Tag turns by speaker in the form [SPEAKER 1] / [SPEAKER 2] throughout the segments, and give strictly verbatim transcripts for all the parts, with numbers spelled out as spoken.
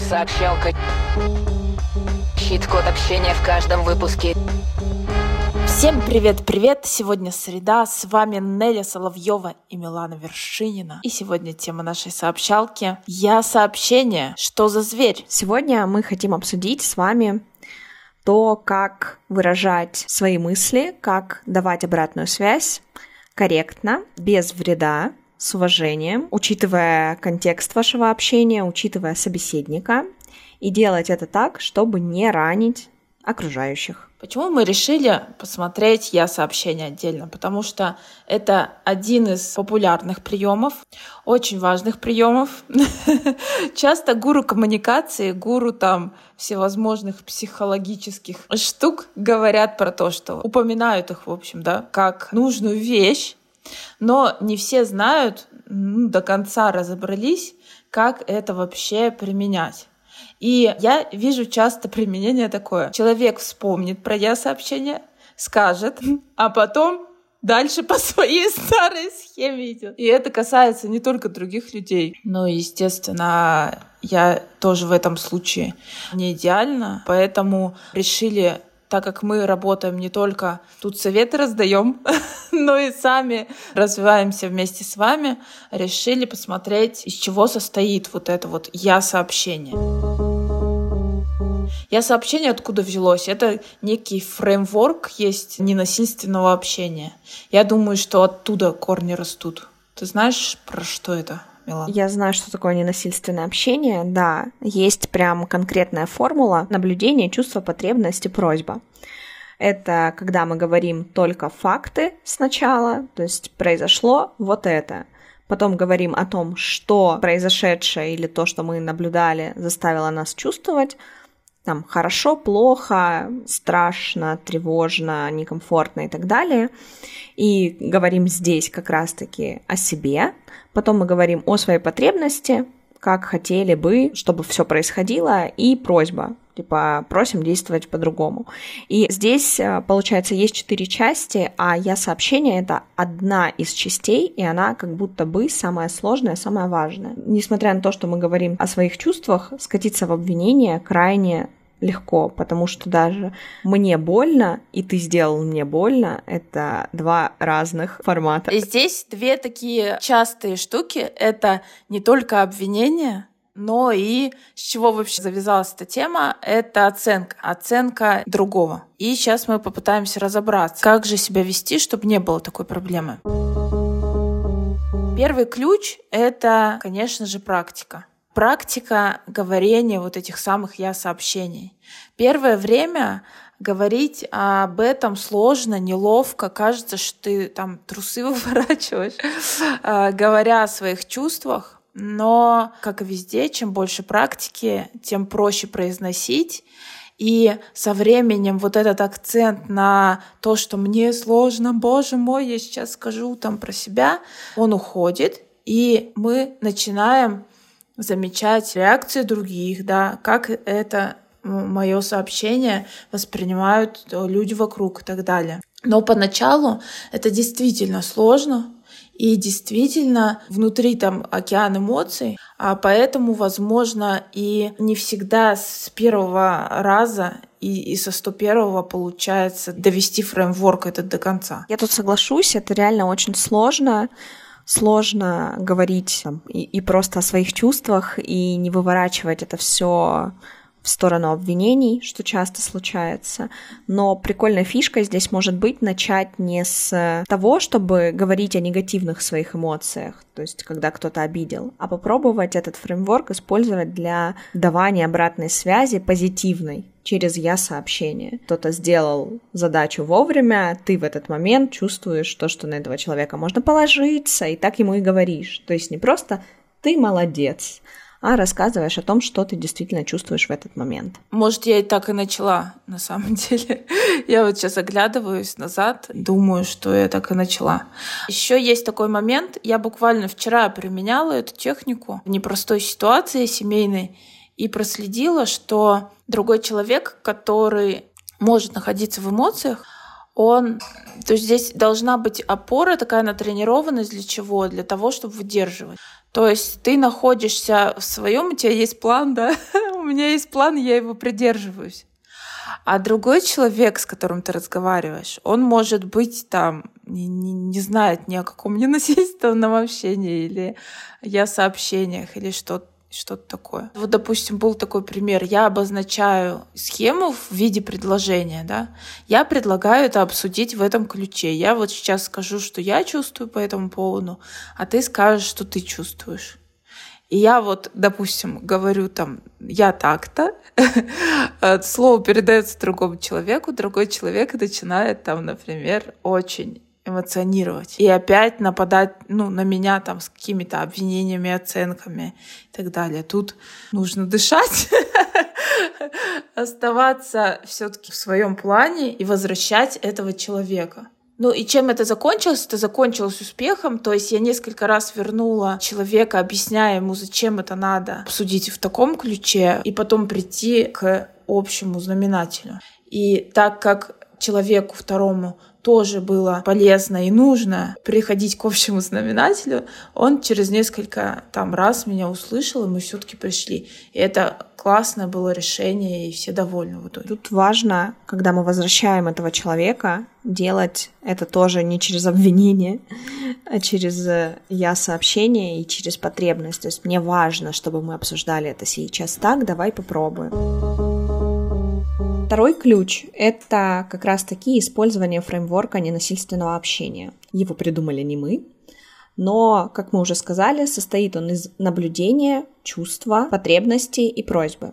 [SPEAKER 1] Сообщалка. Хит-код общения в каждом выпуске.
[SPEAKER 2] Всем привет-привет! Сегодня среда, с вами Неля Соловьева и Милана Вершинина. И сегодня тема нашей сообщалки «Я сообщение. Что за зверь?».
[SPEAKER 3] Сегодня мы хотим обсудить с вами то, как выражать свои мысли, как давать обратную связь корректно, без вреда, с уважением, учитывая контекст вашего общения, учитывая собеседника, и делать это так, чтобы не ранить окружающих.
[SPEAKER 2] Почему мы решили посмотреть «Я сообщение» отдельно? Потому что это один из популярных приемов, очень важных приемов. Часто гуру коммуникации, гуру там всевозможных психологических штук говорят про то, что упоминают их, в общем, да, как нужную вещь, но не все знают, ну, до конца разобрались, как это вообще применять. И я вижу часто применение такое. Человек вспомнит про «Я-сообщение», скажет, а потом дальше по своей старой схеме идет. И это касается не только других людей, но, естественно, я тоже в этом случае не идеальна, поэтому решили, так как мы работаем не только тут советы раздаем, но и сами развиваемся вместе с вами, решили посмотреть, из чего состоит вот это вот «Я-сообщение». «Я-сообщение» откуда взялось? Это некий фреймворк есть ненасильственного общения. Я думаю, что оттуда корни растут. Ты знаешь, про что это, Милана?
[SPEAKER 3] Я знаю, что такое ненасильственное общение. Да, есть прям конкретная формула: наблюдение, чувство, потребность и просьба. Это когда мы говорим только факты сначала, то есть произошло вот это. Потом говорим о том, что произошедшее или то, что мы наблюдали, заставило нас чувствовать. Там хорошо, плохо, страшно, тревожно, некомфортно и так далее. И говорим здесь как раз-таки о себе. Потом мы говорим о своей потребности, как хотели бы, чтобы все происходило, и просьба. Типа просим действовать по-другому. И здесь, получается, есть четыре части, а «Я-сообщение» — это одна из частей, и она как будто бы самая сложная, самая важная. Несмотря на то, что мы говорим о своих чувствах, скатиться в обвинение крайне легко, потому что даже «мне больно» и «ты сделал мне больно» — это два разных формата.
[SPEAKER 2] И здесь две такие частые штуки. Это не только обвинение, но и с чего вообще завязалась эта тема, это оценка. Оценка другого. И сейчас мы попытаемся разобраться, как же себя вести, чтобы не было такой проблемы. Первый ключ — это, конечно же, практика. Практика говорения вот этих самых «я-сообщений». Первое время говорить об этом сложно, неловко, кажется, что ты там трусы выворачиваешь, говоря о своих чувствах. Но, как и везде, чем больше практики, тем проще произносить. И со временем вот этот акцент на то, что мне сложно, боже мой, я сейчас скажу там про себя, он уходит, и мы начинаем замечать реакции других, да, как это мое сообщение воспринимают люди вокруг и так далее. Но поначалу это действительно сложно, и действительно внутри там океан эмоций, а поэтому, возможно, и не всегда с первого раза и, и со сто первого получается довести фреймворк этот до конца.
[SPEAKER 3] Я тут соглашусь, это реально очень сложно. Сложно говорить там, и, и просто о своих чувствах, и не выворачивать это все в сторону обвинений, что часто случается. Но прикольная фишка здесь может быть начать не с того, чтобы говорить о негативных своих эмоциях, то есть когда кто-то обидел, а попробовать этот фреймворк использовать для давания обратной связи позитивной через «я-сообщение». Кто-то сделал задачу вовремя, ты в этот момент чувствуешь то, что на этого человека можно положиться, и так ему и говоришь. То есть не просто «ты молодец», а рассказываешь о том, что ты действительно чувствуешь в этот момент.
[SPEAKER 2] Может, я и так и начала, на самом деле. Я вот сейчас оглядываюсь назад, думаю, что я так и начала. Еще есть такой момент, я буквально вчера применяла эту технику в непростой ситуации семейной и проследила, что другой человек, который может находиться в эмоциях, он... То есть здесь должна быть опора, такая натренированность для чего? Для того, чтобы выдерживать. То есть ты находишься в своем, у тебя есть план, да? У меня есть план, я его придерживаюсь. А другой человек, с которым ты разговариваешь, он может быть там, не, не, не знает ни о каком ненасильственном общении или я сообщениях или что-то. Что-то такое. Вот, допустим, был такой пример. Я обозначаю схему в виде предложения, да. Я предлагаю это обсудить в этом ключе. Я вот сейчас скажу, что я чувствую по этому поводу, а ты скажешь, что ты чувствуешь. И я вот, допустим, говорю там, я так-то, слово передается другому человеку, другой человек начинает там, например, очень эмоционировать. И опять нападать ну, на меня там с какими-то обвинениями, оценками и так далее. Тут нужно дышать, оставаться все-таки в своем плане и возвращать этого человека. Ну и чем это закончилось? Это закончилось успехом. То есть я несколько раз вернула человека, объясняя ему, зачем это надо обсудить в таком ключе, и потом прийти к общему знаменателю. И так как человеку второму тоже было полезно и нужно приходить к общему знаменателю, он через несколько там раз меня услышал, и мы все-таки пришли. И это классное было решение, и все довольны в итоге.
[SPEAKER 3] Тут важно, когда мы возвращаем этого человека, делать это тоже не через обвинение, а через я-сообщение и через потребность. То есть мне важно, чтобы мы обсуждали это сейчас так, давай попробуем. Второй ключ — это как раз-таки использование фреймворка ненасильственного общения. Его придумали не мы, но, как мы уже сказали, состоит он из наблюдения, чувства, потребностей и просьбы.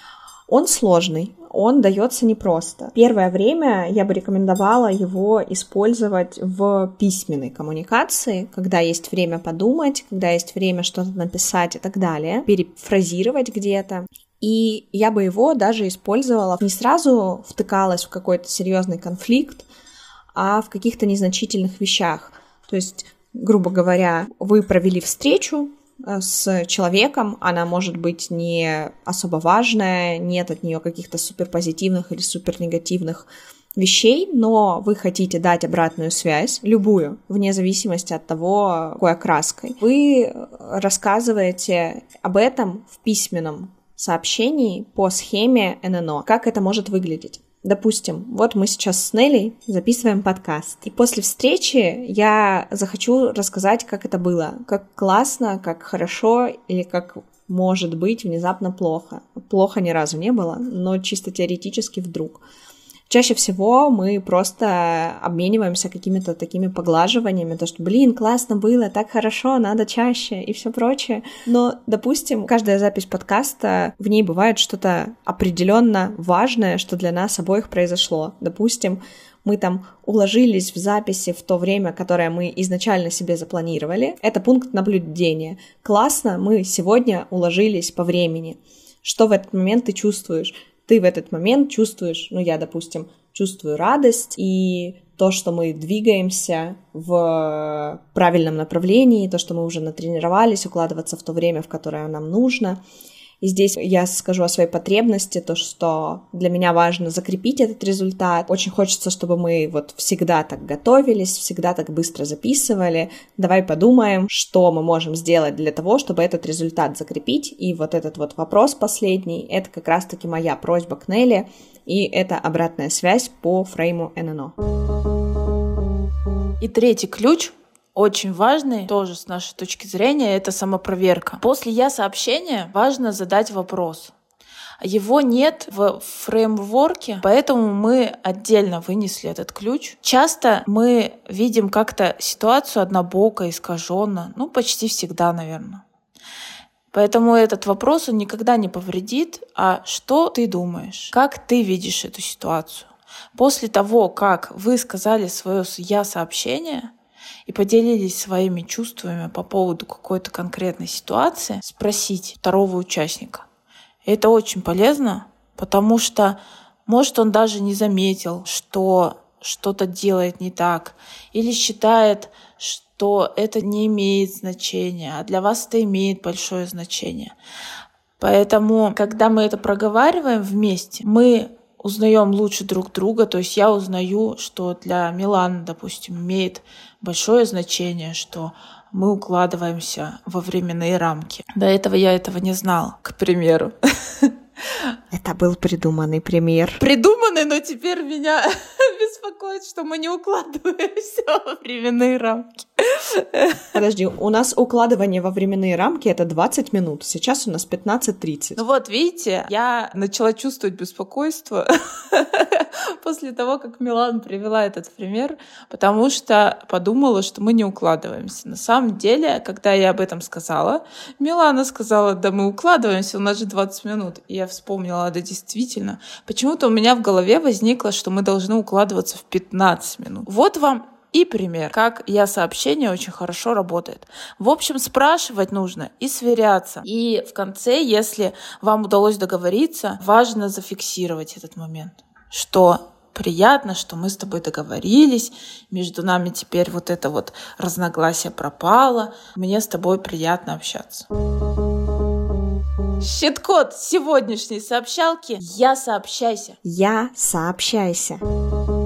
[SPEAKER 3] Он сложный, он дается непросто. Первое время я бы рекомендовала его использовать в письменной коммуникации, когда есть время подумать, когда есть время что-то написать и так далее, перефразировать где-то. И я бы его даже использовала, не сразу втыкалась в какой-то серьезный конфликт, а в каких-то незначительных вещах. То есть, грубо говоря, вы провели встречу с человеком, она может быть не особо важная, нет от нее каких-то суперпозитивных или супернегативных вещей, но вы хотите дать обратную связь, любую, вне зависимости от того, какой окраской. Вы рассказываете об этом в письменном сообщений по схеме эн эн о. Как это может выглядеть? Допустим, вот мы сейчас с Нелей записываем подкаст, и после встречи я захочу рассказать, как это было, как классно, как хорошо или как может быть внезапно плохо. Плохо ни разу не было, но чисто теоретически вдруг. Чаще всего мы просто обмениваемся какими-то такими поглаживаниями, то что, блин, классно было, так хорошо, надо чаще и все прочее. Но, допустим, каждая запись подкаста, в ней бывает что-то определенно важное, что для нас обоих произошло. Допустим, мы там уложились в записи в то время, которое мы изначально себе запланировали. Это пункт наблюдения. Классно, мы сегодня уложились по времени. Что в этот момент ты чувствуешь? Ты в этот момент чувствуешь, ну я, допустим, чувствую радость и то, что мы двигаемся в правильном направлении, то, что мы уже натренировались укладываться в то время, в которое нам нужно. И здесь я скажу о своей потребности, то, что для меня важно закрепить этот результат. Очень хочется, чтобы мы вот всегда так готовились, всегда так быстро записывали. Давай подумаем, что мы можем сделать для того, чтобы этот результат закрепить. И вот этот вот вопрос последний, это как раз-таки моя просьба к Нелле, и это обратная связь по фрейму эн эн о.
[SPEAKER 2] И третий ключ, очень важный, тоже с нашей точки зрения, это самопроверка. После я-сообщения важно задать вопрос. Его нет в фреймворке, поэтому мы отдельно вынесли этот ключ. Часто мы видим как-то ситуацию однобоко, искаженно, ну почти всегда, наверное. Поэтому этот вопрос, он никогда не повредит. А что ты думаешь? Как ты видишь эту ситуацию? После того, как вы сказали свое я-сообщение и поделились своими чувствами по поводу какой-то конкретной ситуации, спросить второго участника. Это очень полезно, потому что, может, он даже не заметил, что что-то делает не так, или считает, что это не имеет значения, а для вас это имеет большое значение. Поэтому, когда мы это проговариваем вместе, мы узнаем лучше друг друга. То есть я узнаю, что для Миланы, допустим, имеет большое значение, что мы укладываемся во временные рамки. До этого я этого не знала, к примеру.
[SPEAKER 3] Это был придуманный пример.
[SPEAKER 2] Придуманный, но теперь меня беспокоит, что мы не укладываемся во временные рамки.
[SPEAKER 3] Подожди, у нас укладывание во временные рамки — это двадцать минут, сейчас у нас пятнадцать тридцать.
[SPEAKER 2] Ну вот, видите, я начала чувствовать беспокойство после того, как Милана привела этот пример, потому что подумала, что мы не укладываемся. На самом деле, когда я об этом сказала, Милана сказала: да мы укладываемся, у нас же двадцать минут. И я вспомнила, да действительно, почему-то у меня в голове возникло, что мы должны укладываться в пятнадцать минут. Вот вам и пример, как я-сообщение очень хорошо работает. В общем, спрашивать нужно и сверяться. И в конце, если вам удалось договориться, важно зафиксировать этот момент, что приятно, что мы с тобой договорились, между нами теперь вот это вот разногласие пропало, мне с тобой приятно общаться. Щит-код сегодняшней сообщалки: я сообщайся.
[SPEAKER 3] Я сообщайся.